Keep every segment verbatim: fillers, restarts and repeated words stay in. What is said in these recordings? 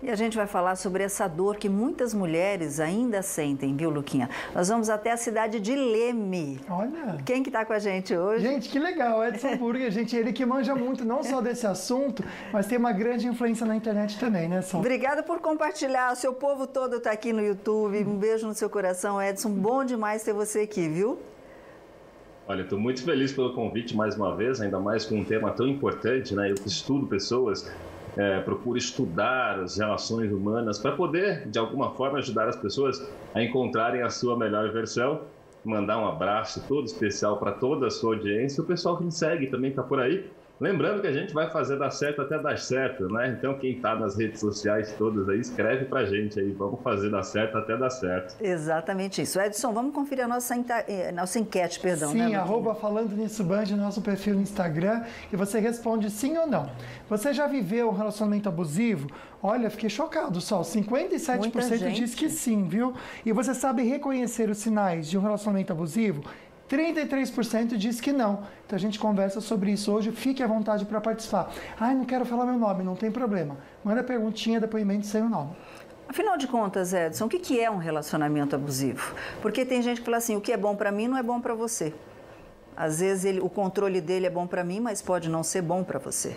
E a gente vai falar sobre essa dor que muitas mulheres ainda sentem, viu, Luquinha? Nós vamos até a cidade de Leme. Olha! Quem que está com a gente hoje? Gente, que legal! Edson Burger, gente, ele que manja muito, não só desse assunto, mas tem uma grande influência na internet também, né, Som? Obrigada por compartilhar. O seu povo todo está aqui no YouTube. Um beijo no seu coração, Edson. Bom demais ter você aqui, viu? Olha, estou muito feliz pelo convite mais uma vez, ainda mais com um tema tão importante, né? Eu que estudo pessoas, é, procuro estudar as relações humanas para poder, de alguma forma, ajudar as pessoas a encontrarem a sua melhor versão. Mandar um abraço todo especial para toda a sua audiência, o pessoal que me segue também está por aí. Lembrando que a gente vai fazer dar certo até dar certo, né? Então, quem está nas redes sociais todas aí, escreve pra gente aí. Vamos fazer dar certo até dar certo. Exatamente isso. Edson, vamos conferir a nossa, nossa enquete, perdão, sim, né? Sim, arroba Falando Nisso Band, nosso perfil no Instagram, e você responde sim ou não. Você já viveu um relacionamento abusivo? Olha, fiquei chocado, Sol. cinquenta e sete por cento diz que sim, viu? E você sabe reconhecer os sinais de um relacionamento abusivo? trinta e três por cento diz que não. Então a gente conversa sobre isso hoje. Fique à vontade para participar. Ai, não quero falar meu nome, não tem problema. Manda perguntinha, depoimento sem o nome. Afinal de contas, Edson, o que é um relacionamento abusivo? Porque tem gente que fala assim, o que é bom para mim não é bom para você. Às vezes ele, o controle dele é bom para mim, mas pode não ser bom para você.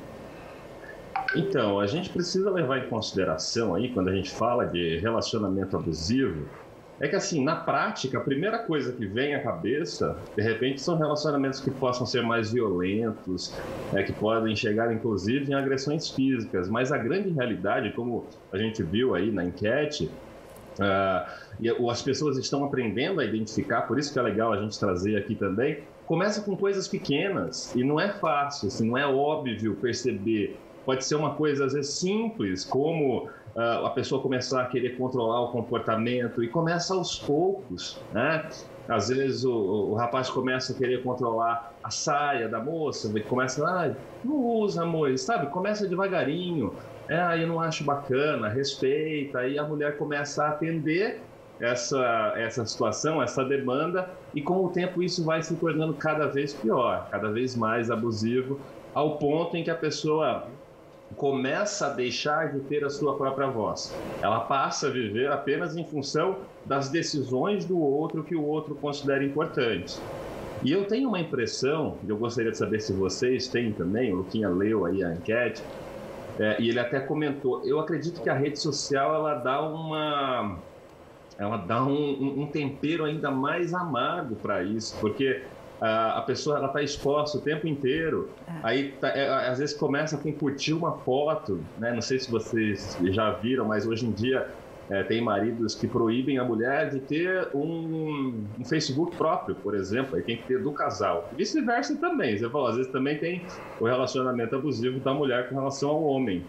Então, a gente precisa levar em consideração aí, quando a gente fala de relacionamento abusivo, é que, assim, na prática, a primeira coisa que vem à cabeça, de repente, são relacionamentos que possam ser mais violentos, é, que podem chegar, inclusive, em agressões físicas. Mas a grande realidade, como a gente viu aí na enquete, uh, e as pessoas estão aprendendo a identificar, por isso que é legal a gente trazer aqui também, começa com coisas pequenas, e não é fácil, assim, não é óbvio perceber. Pode ser uma coisa, às vezes, simples, como uh, a pessoa começar a querer controlar o comportamento, e começa aos poucos, né? Às vezes o, o rapaz começa a querer controlar a saia da moça, começa, ah, não usa, amor, sabe? Começa devagarinho, é, aí eu não acho bacana, respeita, aí a mulher começa a atender essa, essa situação, essa demanda, e com o tempo isso vai se tornando cada vez pior, cada vez mais abusivo, ao ponto em que a pessoa começa a deixar de ter a sua própria voz. Ela passa a viver apenas em função das decisões do outro que o outro considera importantes. E eu tenho uma impressão, e eu gostaria de saber se vocês têm também, o Luquinha leu aí a enquete, é, e ele até comentou, eu acredito que a rede social ela dá uma... ela dá um, um tempero ainda mais amargo para isso, porque a pessoa está exposta o tempo inteiro, é. aí tá, é, às vezes começa com curtir uma foto, né? Não sei se vocês já viram, mas hoje em dia é, tem maridos que proíbem a mulher de ter um, um Facebook próprio, por exemplo, aí tem que ter do casal. Vice-versa também, você falou, às vezes também tem o relacionamento abusivo da mulher com relação ao homem.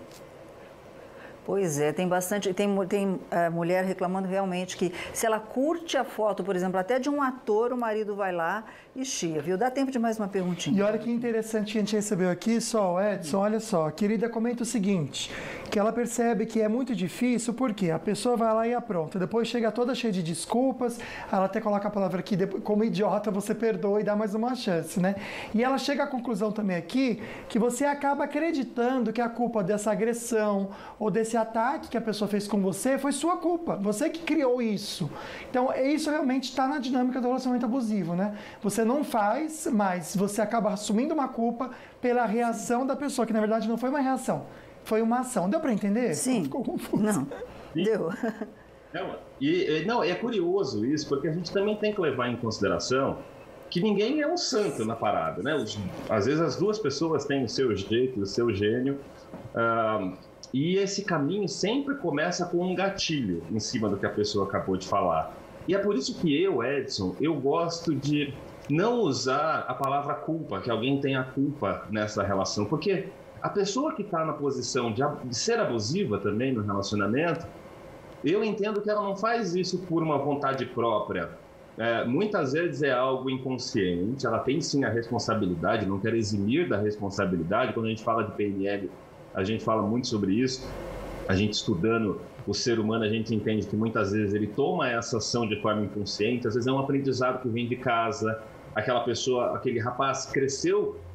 Pois é, tem bastante, tem, tem uh, mulher reclamando realmente que se ela curte a foto, por exemplo, até de um ator, o marido vai lá e chia, viu? Dá tempo de mais uma perguntinha. E olha que interessante que a gente recebeu aqui, Sol, Edson, olha só, a querida comenta o seguinte, que ela percebe que é muito difícil, porque a pessoa vai lá e apronta, depois chega toda cheia de desculpas, ela até coloca a palavra aqui, como idiota você perdoa e dá mais uma chance, né? E ela chega à conclusão também aqui, que você acaba acreditando que a culpa dessa agressão ou desse ataque que a pessoa fez com você foi sua culpa, você que criou isso. Então, isso realmente está na dinâmica do relacionamento abusivo, né? Você não faz, mas você acaba assumindo uma culpa pela reação da pessoa, que na verdade não foi uma reação, foi uma ação. Deu para entender? Sim. Ficou confuso. Não, deu. Não, e, não, é curioso isso, porque a gente também tem que levar em consideração que ninguém é um santo na parada, né? Os, às vezes as duas pessoas têm o seu jeito, o seu gênio, uh, e esse caminho sempre começa com um gatilho em cima do que a pessoa acabou de falar. E é por isso que eu, Edson, eu gosto de não usar a palavra culpa, que alguém tenha culpa nessa relação, porque a pessoa que está na posição de, de ser abusiva também no relacionamento, eu entendo que ela não faz isso por uma vontade própria. É, muitas vezes é algo inconsciente, ela tem sim a responsabilidade, não quero eximir da responsabilidade. Quando a gente fala de P N L, a gente fala muito sobre isso. A gente estudando o ser humano, a gente entende que muitas vezes ele toma essa ação de forma inconsciente, às vezes é um aprendizado que vem de casa, aquela pessoa, aquele rapaz cresceu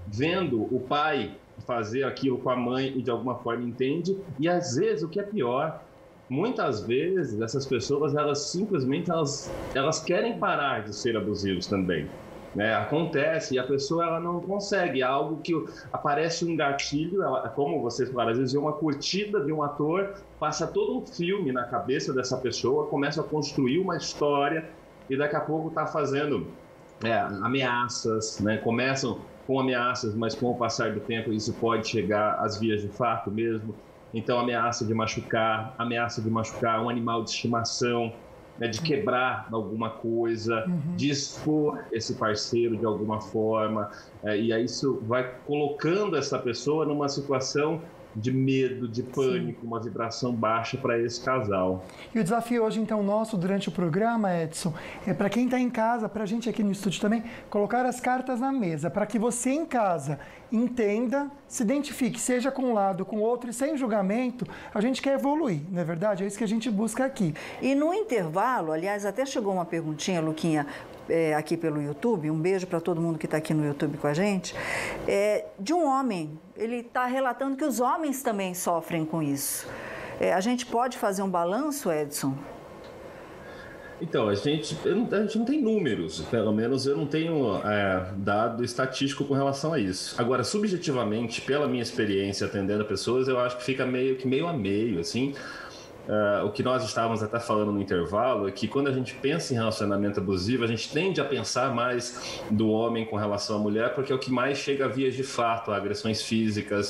vendo o pai fazer aquilo com a mãe e de alguma forma entende. E às vezes, o que é pior, muitas vezes essas pessoas, elas simplesmente elas, elas querem parar de ser abusivos também. Né? Acontece e a pessoa ela não consegue, é algo que aparece um gatilho, ela, como vocês falaram, às vezes é uma curtida de um ator, passa todo um filme na cabeça dessa pessoa, começa a construir uma história e daqui a pouco está fazendo é, ameaças, né? Começam com ameaças, mas com o passar do tempo isso pode chegar às vias de fato mesmo. Então, ameaça de machucar, ameaça de machucar um animal de estimação, né, de quebrar alguma coisa, uhum. de expor esse parceiro de alguma forma. É, e aí isso vai colocando essa pessoa numa situação de medo, de pânico, Sim. uma vibração baixa para esse casal. E o desafio hoje, então, nosso, durante o programa, Edson, é para quem está em casa, para a gente aqui no estúdio também, colocar as cartas na mesa, para que você em casa entenda, se identifique, seja com um lado, com o outro, e sem julgamento, a gente quer evoluir, não é verdade? É isso que a gente busca aqui. E no intervalo, aliás, até chegou uma perguntinha, Luquinha, É, aqui pelo YouTube, um beijo para todo mundo que está aqui no YouTube com a gente, é, de um homem. Ele está relatando que os homens também sofrem com isso. É, a gente pode fazer um balanço, Edson? Então, a gente, a gente não tem números, pelo menos eu não tenho é, dado estatístico com relação a isso. Agora, subjetivamente, pela minha experiência atendendo pessoas, eu acho que fica meio que meio a meio, assim. Uh, o que nós estávamos até falando no intervalo é que quando a gente pensa em relacionamento abusivo, a gente tende a pensar mais do homem com relação à mulher, porque é o que mais chega a vias de fato, a agressões físicas.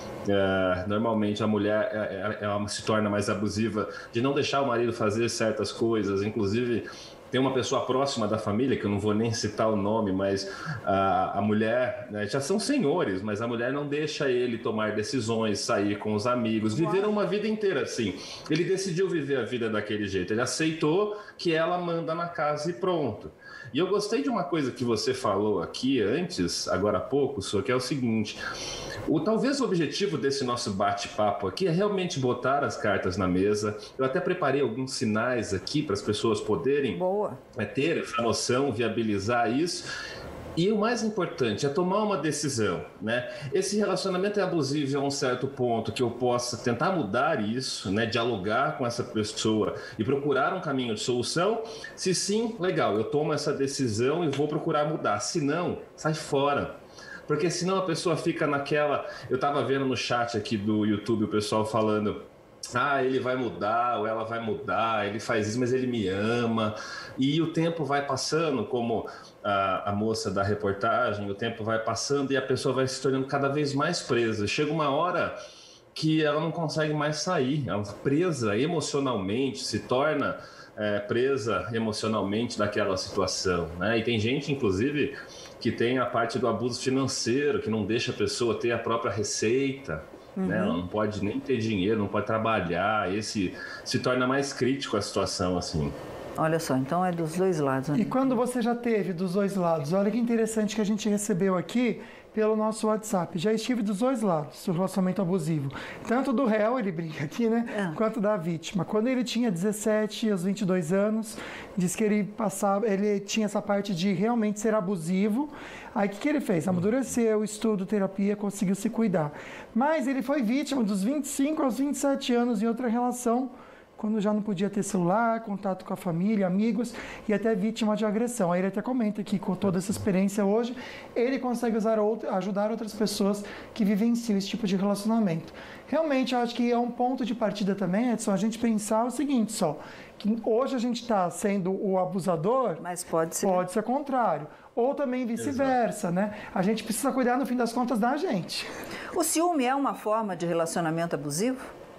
Uh, normalmente a mulher ela, ela se torna mais abusiva de não deixar o marido fazer certas coisas, inclusive tem uma pessoa próxima da família, que eu não vou nem citar o nome, mas a, a mulher, né, já são senhores, mas a mulher não deixa ele tomar decisões, sair com os amigos, viveram uma vida inteira assim. Ele decidiu viver a vida daquele jeito, ele aceitou que ela manda na casa e pronto. E eu gostei de uma coisa que você falou aqui antes, agora há pouco, só que é o seguinte, o, talvez o objetivo desse nosso bate-papo aqui é realmente botar as cartas na mesa. Eu até preparei alguns sinais aqui para as pessoas poderem Boa. É, ter essa noção, viabilizar isso. E o mais importante é tomar uma decisão, né? Esse relacionamento é abusivo a um certo ponto que eu possa tentar mudar isso, né? Dialogar com essa pessoa e procurar um caminho de solução. Se sim, legal, eu tomo essa decisão e vou procurar mudar. Se não, sai fora. Porque senão a pessoa fica naquela... Eu estava vendo no chat aqui do YouTube o pessoal falando... Ah, ele vai mudar ou ela vai mudar, ele faz isso, mas ele me ama. E o tempo vai passando, como a, a moça da reportagem, o tempo vai passando e a pessoa vai se tornando cada vez mais presa. Chega uma hora que ela não consegue mais sair, ela é presa emocionalmente, se torna é, presa emocionalmente daquela situação, né? E tem gente, inclusive, que tem a parte do abuso financeiro, que não deixa a pessoa ter a própria receita. Uhum. Né? Ela não pode nem ter dinheiro, não pode trabalhar, esse se torna mais crítico a situação assim. Olha só, então é dos dois lados. Né? E quando você já teve dos dois lados, olha que interessante que a gente recebeu aqui pelo nosso WhatsApp. Já estive dos dois lados do relacionamento abusivo. Tanto do réu, ele brinca aqui, né? É. Quanto da vítima. Quando ele tinha dezessete aos vinte e dois anos, diz que ele passava, ele tinha essa parte de realmente ser abusivo. Aí o que, que ele fez? Amadureceu, estudo, terapia, conseguiu se cuidar. Mas ele foi vítima dos vinte e cinco aos vinte e sete anos em outra relação, quando já não podia ter celular, contato com a família, amigos e até vítima de agressão. Aí ele até comenta que com toda essa experiência hoje, ele consegue usar outro, ajudar outras pessoas que vivenciam esse tipo de relacionamento. Realmente, eu acho que é um ponto de partida também, Edson, a gente pensar o seguinte só, que hoje a gente está sendo o abusador, mas pode ser, pode ser o contrário. Ou também vice-versa, né? A gente precisa cuidar, no fim das contas, da gente. O ciúme é uma forma de relacionamento abusivo?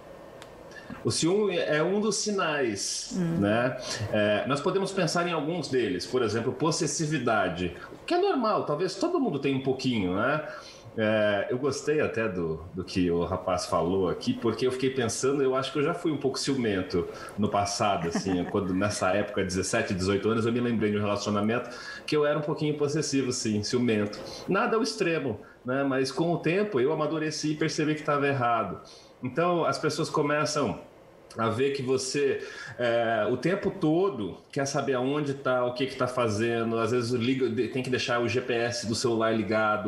O ciúme é um dos sinais, hum. né? É, nós podemos pensar em alguns deles, por exemplo, possessividade, que é normal, talvez todo mundo tenha um pouquinho, né? É, eu gostei até do, do que o rapaz falou aqui, porque eu fiquei pensando, eu acho que eu já fui um pouco ciumento no passado, assim, quando nessa época, dezessete, dezoito anos, eu me lembrei de um relacionamento que eu era um pouquinho possessivo, sim, ciumento. Nada ao extremo, né? Mas com o tempo eu amadureci e percebi que estava errado. Então as pessoas começam a ver que você é, o tempo todo quer saber aonde está, o que está fazendo, às vezes liga, tem que deixar o G P S do celular ligado,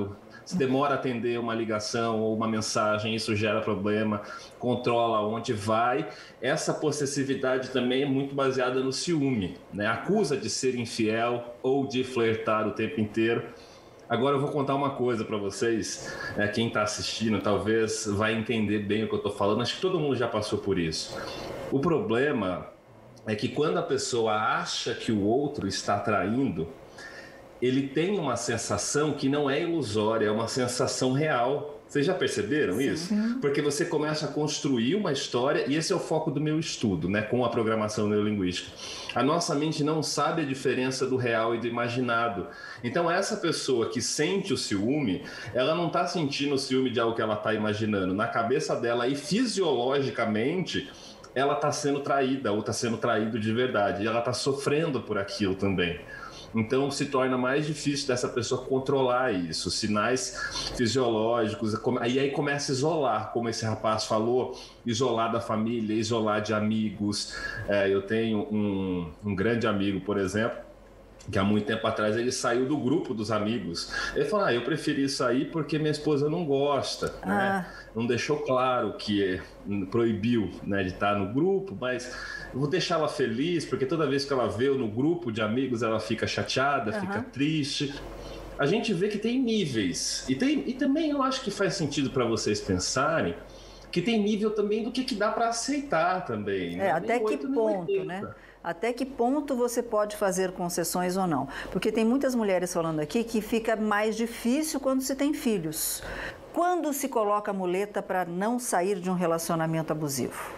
se demora a atender uma ligação ou uma mensagem, isso gera problema, controla onde vai. Essa possessividade também é muito baseada no ciúme, né? Acusa de ser infiel ou de flertar o tempo inteiro. Agora eu vou contar uma coisa para vocês, é, quem está assistindo talvez vai entender bem o que eu estou falando, acho que todo mundo já passou por isso. O problema é que quando a pessoa acha que o outro está traindo, ele tem uma sensação que não é ilusória, é uma sensação real. Vocês já perceberam isso? Sim. Porque você começa a construir uma história, e esse é o foco do meu estudo, né, com a programação neurolinguística. A nossa mente não sabe a diferença do real e do imaginado. Então, essa pessoa que sente o ciúme, ela não está sentindo o ciúme de algo que ela está imaginando. Na cabeça dela e fisiologicamente, ela está sendo traída ou está sendo traído de verdade. E ela está sofrendo por aquilo também. Então, se torna mais difícil dessa pessoa controlar isso, sinais fisiológicos, e aí começa a isolar, como esse rapaz falou, isolar da família, isolar de amigos. É, eu tenho um, um grande amigo, por exemplo, que há muito tempo atrás ele saiu do grupo dos amigos. Ele falou, ah, eu preferi sair porque minha esposa não gosta, ah. né? Não deixou claro que proibiu, né, de estar no grupo, mas eu vou deixar ela feliz, porque toda vez que ela vê eu no grupo de amigos, ela fica chateada, uhum. fica triste. A gente vê que tem níveis. E, tem, e também eu acho que faz sentido para vocês pensarem que tem nível também do que, que dá para aceitar também. É, até que ponto, né? Até que ponto você pode fazer concessões ou não? Porque tem muitas mulheres falando aqui que fica mais difícil quando se tem filhos. Quando se coloca a muleta para não sair de um relacionamento abusivo?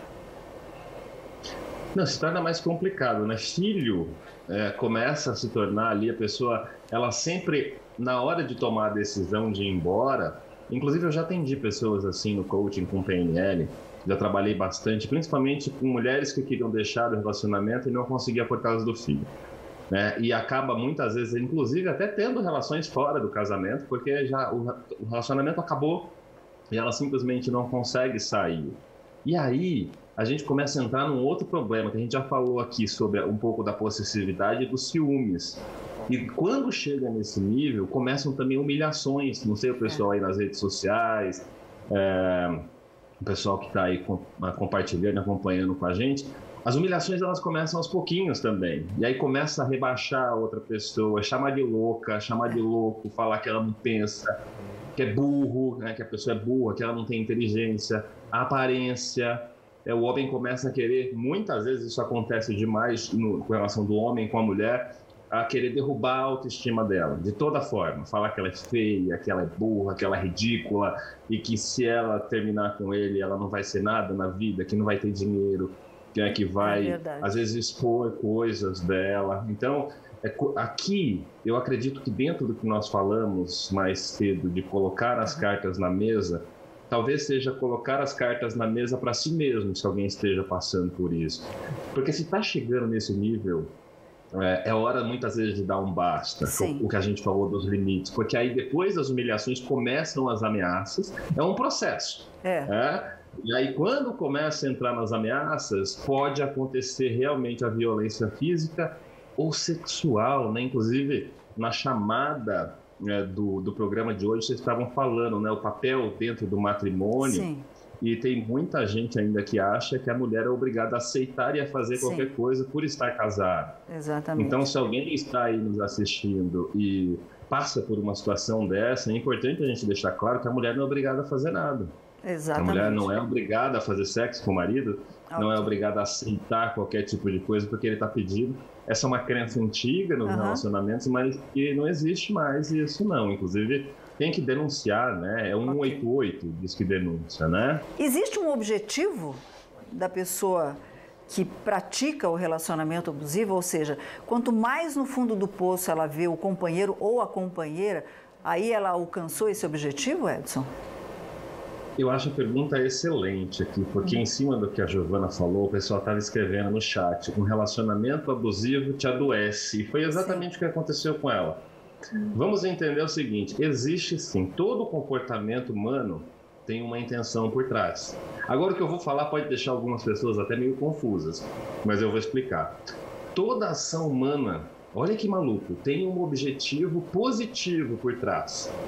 Não, se torna mais complicado, né? Filho é, começa a se tornar ali a pessoa, ela sempre, na hora de tomar a decisão de ir embora, inclusive eu já atendi pessoas assim no coaching com P N L, já trabalhei bastante, principalmente com mulheres que queriam deixar o relacionamento e não conseguiam por causa do filho, né? E acaba muitas vezes, inclusive, até tendo relações fora do casamento, porque já o relacionamento acabou e ela simplesmente não consegue sair. E aí a gente começa a entrar num outro problema, que a gente já falou aqui sobre um pouco da possessividade e dos ciúmes. E quando chega nesse nível, começam também humilhações, não sei o pessoal aí nas redes sociais, é, o pessoal que está aí compartilhando, acompanhando com a gente, as humilhações elas começam aos pouquinhos também. E aí começa a rebaixar a outra pessoa, chamar de louca, chamar de louco, falar que ela não pensa, que é burro, né, que a pessoa é burra, que ela não tem inteligência, a aparência. É, o homem começa a querer, muitas vezes isso acontece demais no, com relação do homem com a mulher, a querer derrubar a autoestima dela, de toda forma. Falar que ela é feia, que ela é burra, que ela é ridícula e que se ela terminar com ele, ela não vai ser nada na vida, que não vai ter dinheiro, que é que vai, é às vezes, expor coisas dela. Então, é, aqui, eu acredito que dentro do que nós falamos mais cedo, de colocar as uhum. cartas na mesa, talvez seja colocar as cartas na mesa para si mesmo, se alguém esteja passando por isso. Porque se está chegando nesse nível, é, é hora muitas vezes de dar um basta, o, o que a gente falou dos limites. Porque aí depois das humilhações começam as ameaças, é um processo. É. é? E aí quando começa a entrar nas ameaças, pode acontecer realmente a violência física ou sexual, né? Inclusive na chamada... É, do, do programa de hoje, vocês estavam falando, né, o papel dentro do matrimônio. Sim. E tem muita gente ainda que acha que a mulher é obrigada a aceitar e a fazer Sim. qualquer coisa por estar casada. Exatamente. Então, se alguém está aí nos assistindo e passa por uma situação dessa, é importante a gente deixar claro que a mulher não é obrigada a fazer nada. Exatamente. A mulher não é obrigada a fazer sexo com o marido, okay. não é obrigada a aceitar qualquer tipo de coisa porque ele está pedindo. Essa é uma crença antiga nos uhum. relacionamentos, mas que não existe mais isso não. Inclusive, tem que denunciar, né? É um okay. cento e oitenta e oito, diz que denúncia, né? Existe um objetivo da pessoa que pratica o relacionamento abusivo? Ou seja, quanto mais no fundo do poço ela vê o companheiro ou a companheira, aí ela alcançou esse objetivo, Edson? Eu acho a pergunta excelente aqui, porque uhum. em cima do que a Giovana falou, o pessoal estava escrevendo no chat, um relacionamento abusivo te adoece, e foi exatamente sim. o que aconteceu com ela. Uhum. Vamos entender o seguinte, existe sim, todo comportamento humano tem uma intenção por trás. Agora o que eu vou falar pode deixar algumas pessoas até meio confusas, mas eu vou explicar. Toda ação humana, olha que maluco, tem um objetivo positivo por trás.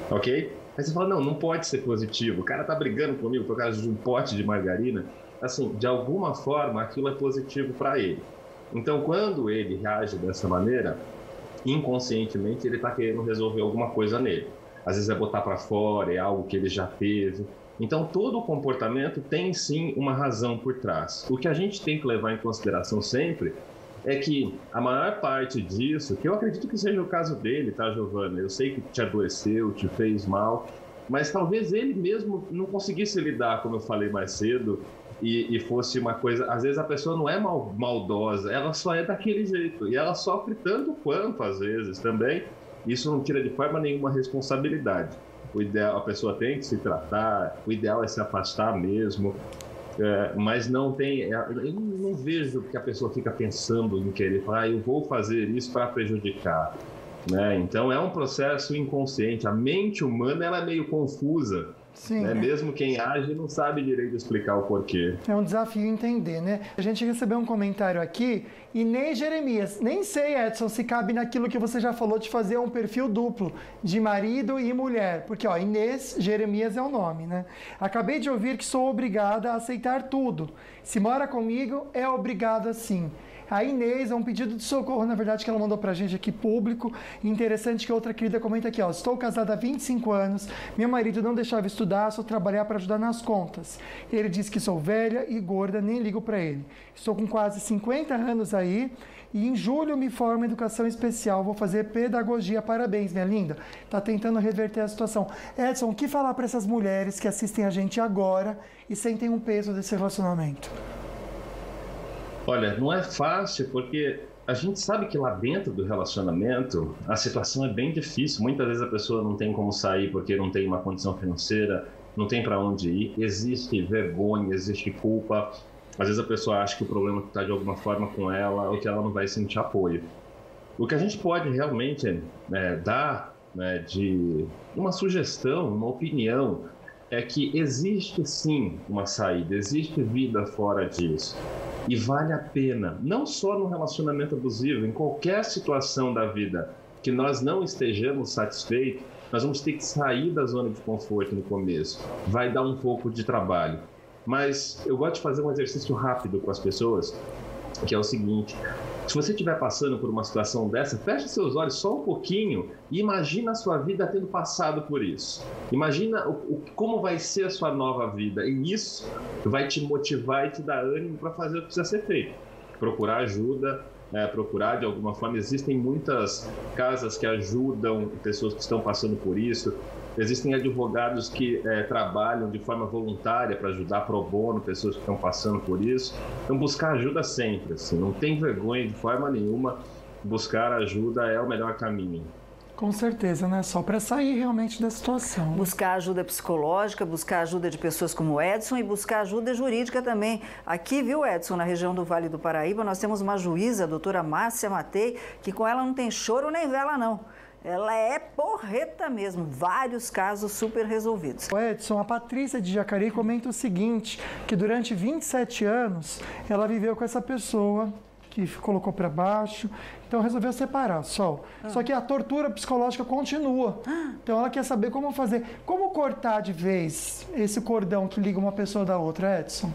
ok? Aí você fala, não, não pode ser positivo. O cara tá brigando comigo por causa de um pote de margarina. Assim, de alguma forma, aquilo é positivo para ele. Então, quando ele reage dessa maneira, inconscientemente, ele está querendo resolver alguma coisa nele. Às vezes é botar para fora, é algo que ele já teve. Então, todo o comportamento tem, sim, uma razão por trás. O que a gente tem que levar em consideração sempre é que a maior parte disso, que eu acredito que seja o caso dele, tá, Giovana? Eu sei que te adoeceu, te fez mal, mas talvez ele mesmo não conseguisse lidar, como eu falei mais cedo, e, e fosse uma coisa... Às vezes a pessoa não é mal, maldosa, ela só é daquele jeito. E ela sofre tanto quanto, às vezes, também. Isso não tira de forma nenhuma responsabilidade. O ideal, a pessoa tem que se tratar, o ideal é se afastar mesmo. É, mas não tem, eu não vejo que a pessoa fica pensando em querer falar, ah, eu vou fazer isso para prejudicar, né? Então é um processo inconsciente, a mente humana ela é meio confusa. Sim, né? Mesmo quem age não sabe direito explicar o porquê. É um desafio entender, né? A gente recebeu um comentário aqui, Inês Jeremias. Nem sei, Edson, se cabe naquilo que você já falou de fazer um perfil duplo de marido e mulher. Porque, ó, Inês Jeremias é o nome, né? Acabei de ouvir que sou obrigada a aceitar tudo. Se mora comigo, é obrigada sim. A Inês é um pedido de socorro, na verdade, que ela mandou pra gente aqui, público. Interessante que outra querida comenta aqui, ó. Estou casada há vinte e cinco anos, meu marido não deixava estudar, só trabalhar para ajudar nas contas. Ele diz que sou velha e gorda, nem ligo para ele. Estou com quase cinquenta anos aí e em julho me formo em educação especial, vou fazer pedagogia. Parabéns, minha linda. Tá tentando reverter a situação. Edson, o que falar para essas mulheres que assistem a gente agora e sentem um peso desse relacionamento? Olha, não é fácil porque a gente sabe que lá dentro do relacionamento a situação é bem difícil. Muitas vezes a pessoa não tem como sair porque não tem uma condição financeira, não tem para onde ir, existe vergonha, existe culpa. Às vezes a pessoa acha que o problema está de alguma forma com ela ou que ela não vai sentir apoio. O que a gente pode realmente é, dar, né, de uma sugestão, uma opinião, é que existe sim uma saída, existe vida fora disso. E vale a pena, não só no relacionamento abusivo, em qualquer situação da vida que nós não estejamos satisfeitos, nós vamos ter que sair da zona de conforto no começo. Vai dar um pouco de trabalho. Mas eu gosto de fazer um exercício rápido com as pessoas, que é o seguinte: se você estiver passando por uma situação dessa, feche seus olhos só um pouquinho e imagina a sua vida tendo passado por isso. Imagina o, o, como vai ser a sua nova vida, e isso vai te motivar e te dar ânimo para fazer o que precisa ser feito. Procurar ajuda, é, procurar de alguma forma. Existem muitas casas que ajudam pessoas que estão passando por isso. Existem advogados que é, trabalham de forma voluntária para ajudar pro bono pessoas que estão passando por isso. Então, buscar ajuda sempre, assim, não tem vergonha de forma nenhuma. Buscar ajuda é o melhor caminho. Com certeza, né? Só para sair realmente da situação. Buscar ajuda psicológica, buscar ajuda de pessoas como o Edson e buscar ajuda jurídica também. Aqui, viu, Edson, na região do Vale do Paraíba, nós temos uma juíza, a doutora Márcia Matei, que com ela não tem choro nem vela, não. Ela é porreta mesmo, vários casos super resolvidos. Edson, a Patrícia de Jacareí comenta o seguinte, que durante vinte e sete anos ela viveu com essa pessoa que colocou para baixo, então resolveu separar, Sol. Ah. Só que a tortura psicológica continua. Ah. Então ela quer saber como fazer, como cortar de vez esse cordão que liga uma pessoa da outra, Edson?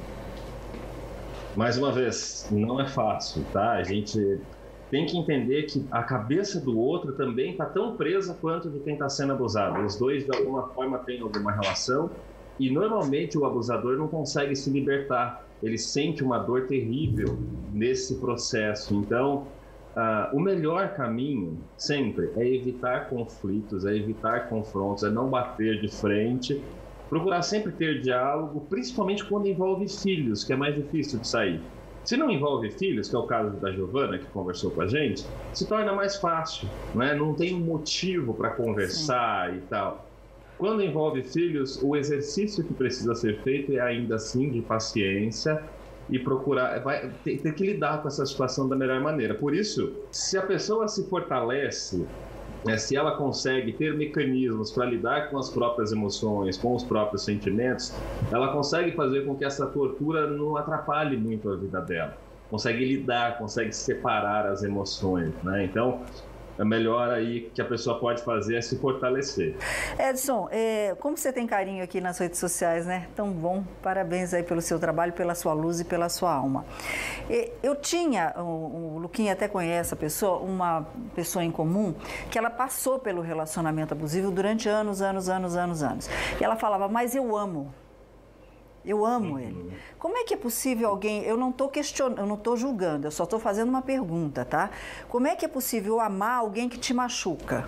Mais uma vez, não é fácil, tá? A gente tem que entender que a cabeça do outro também está tão presa quanto de quem está sendo abusado. Os dois, de alguma forma, têm alguma relação e, normalmente, o abusador não consegue se libertar. Ele sente uma dor terrível nesse processo. Então, uh, o melhor caminho, sempre, é evitar conflitos, é evitar confrontos, é não bater de frente, procurar sempre ter diálogo, principalmente quando envolve filhos, que é mais difícil de sair. Se não envolve filhos, que é o caso da Giovana, que conversou com a gente, se torna mais fácil, né? Não tem um motivo para conversar. Sim. E tal. Quando envolve filhos, o exercício que precisa ser feito é ainda assim de paciência e procurar, vai ter, ter que lidar com essa situação da melhor maneira. Por isso, se a pessoa se fortalece, né, se ela consegue ter mecanismos para lidar com as próprias emoções, com os próprios sentimentos, ela consegue fazer com que essa tortura não atrapalhe muito a vida dela. Consegue lidar, consegue separar as emoções, né? Então, é melhor aí que a pessoa pode fazer é se fortalecer. Edson, é, como você tem carinho aqui nas redes sociais, né? Tão bom, parabéns aí pelo seu trabalho, pela sua luz e pela sua alma. Eu tinha, o, o Luquinha até conhece a pessoa, uma pessoa em comum, que ela passou pelo relacionamento abusivo durante anos, anos, anos, anos, anos. E ela falava, mas eu amo. Eu amo uhum. ele. Como é que é possível alguém... Eu não estou questionando, eu não estou julgando, eu só estou fazendo uma pergunta, tá? Como é que é possível amar alguém que te machuca?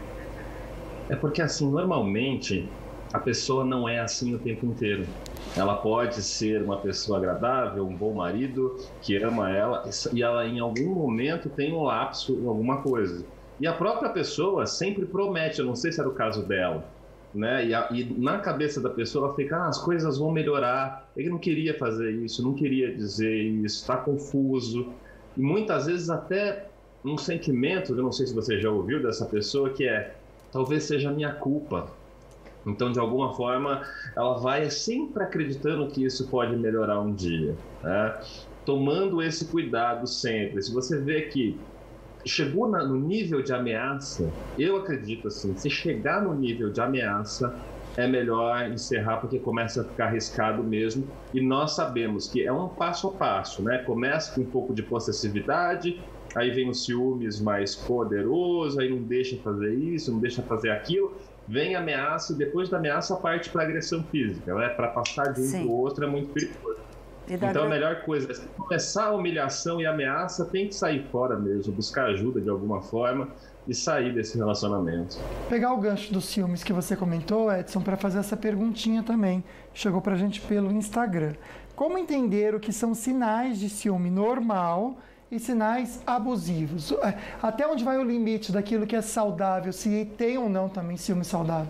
É porque, assim, normalmente, a pessoa não é assim o tempo inteiro. Ela pode ser uma pessoa agradável, um bom marido, que ama ela, e ela, em algum momento, tem um lapso em alguma coisa. E a própria pessoa sempre promete, eu não sei se era o caso dela, né? E, a, e na cabeça da pessoa ela fica, ah, as coisas vão melhorar, ele não queria fazer isso, não queria dizer isso, está confuso. E muitas vezes até um sentimento, eu não sei se você já ouviu dessa pessoa, que é, talvez seja minha culpa. Então, de alguma forma, ela vai sempre acreditando que isso pode melhorar um dia, né? Tomando esse cuidado sempre. Se você vê que chegou na, no nível de ameaça, eu acredito assim, se chegar no nível de ameaça, é melhor encerrar porque começa a ficar arriscado mesmo. E nós sabemos que é um passo a passo, né? Começa com um pouco de possessividade, aí vem o ciúmes mais poderoso, aí não deixa fazer isso, não deixa fazer aquilo, vem a ameaça e depois da ameaça parte para agressão física, né? Para passar de um para o outro é muito perigoso. Então a melhor coisa é começar a humilhação e a ameaça, tem que sair fora mesmo, buscar ajuda de alguma forma e sair desse relacionamento. Pegar o gancho dos ciúmes que você comentou, Edson, para fazer essa perguntinha também. Chegou pra gente pelo Instagram. Como entender o que são sinais de ciúme normal e sinais abusivos? Até onde vai o limite daquilo que é saudável, se tem ou não também ciúme saudável?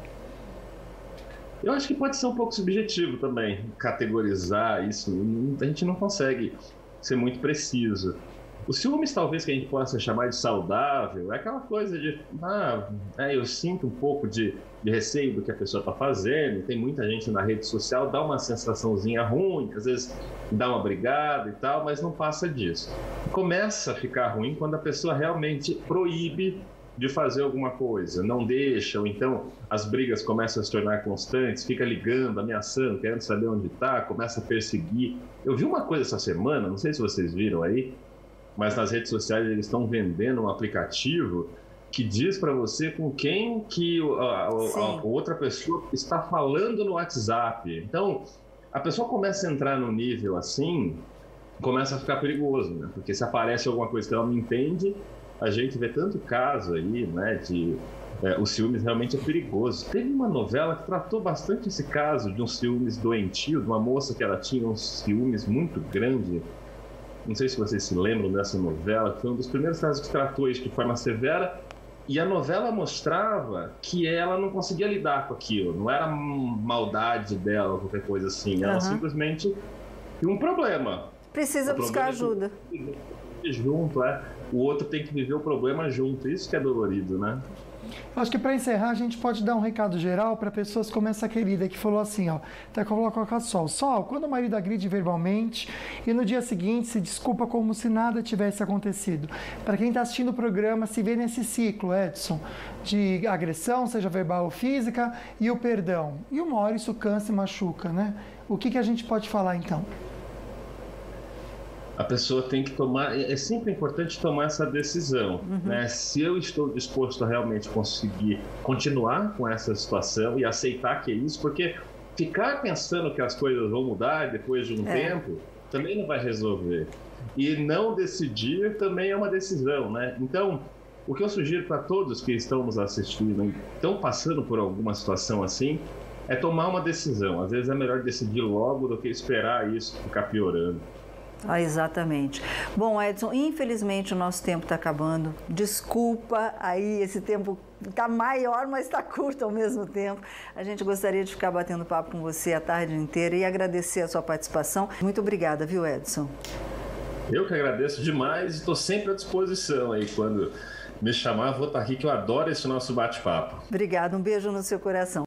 Eu acho que pode ser um pouco subjetivo também, categorizar isso. A gente não consegue ser muito preciso. Os ciúmes, talvez, que a gente possa chamar de saudável, é aquela coisa de, ah, é, eu sinto um pouco de, de receio do que a pessoa está fazendo. Tem muita gente na rede social, dá uma sensaçãozinha ruim, às vezes dá uma brigada e tal, mas não passa disso. Começa a ficar ruim quando a pessoa realmente proíbe de fazer alguma coisa, não deixa, ou então as brigas começam a se tornar constantes, fica ligando, ameaçando, querendo saber onde está, começa a perseguir. Eu vi uma coisa essa semana, não sei se vocês viram aí, mas nas redes sociais eles estão vendendo um aplicativo que diz para você com quem que a, a, a outra pessoa está falando no WhatsApp. Então, a pessoa começa a entrar no nível assim, começa a ficar perigoso, né? Porque se aparece alguma coisa que ela não entende, a gente vê tanto caso aí, né, de é, o ciúmes realmente é perigoso. Teve uma novela que tratou bastante esse caso de um ciúmes doentio, de uma moça que ela tinha um ciúmes muito grande. Não sei se vocês se lembram dessa novela, que foi um dos primeiros casos que tratou isso de forma severa. E a novela mostrava que ela não conseguia lidar com aquilo, não era maldade dela ou qualquer coisa assim, ela uhum. simplesmente tinha um problema. Precisa o buscar problema ajuda. É junto, é. O outro tem que viver o problema junto, isso que é dolorido, né? Acho que para encerrar a gente pode dar um recado geral para pessoas como essa querida que falou assim, ó, até colocar com a Sol. Sol, quando o marido agride verbalmente e no dia seguinte se desculpa como se nada tivesse acontecido. Para quem está assistindo o programa, se vê nesse ciclo, Edson, de agressão, seja verbal ou física, e o perdão. E uma hora isso cansa e machuca, né? O que, que a gente pode falar então? A pessoa tem que tomar, é sempre importante tomar essa decisão, uhum. né? Se eu estou disposto a realmente conseguir continuar com essa situação e aceitar que é isso, porque ficar pensando que as coisas vão mudar depois de um é. tempo também não vai resolver. E não decidir também é uma decisão, né? Então, o que eu sugiro para todos que estão nos assistindo e estão passando por alguma situação assim, é tomar uma decisão. Às vezes é melhor decidir logo do que esperar isso ficar piorando. Ah, exatamente. Bom, Edson, infelizmente o nosso tempo está acabando. Desculpa aí, esse tempo está maior, mas está curto ao mesmo tempo. A gente gostaria de ficar batendo papo com você a tarde inteira e agradecer a sua participação. Muito obrigada, viu, Edson? Eu que agradeço demais e estou sempre à disposição aí. Quando me chamar, vou estar aqui, que eu adoro esse nosso bate-papo. Obrigada, um beijo no seu coração.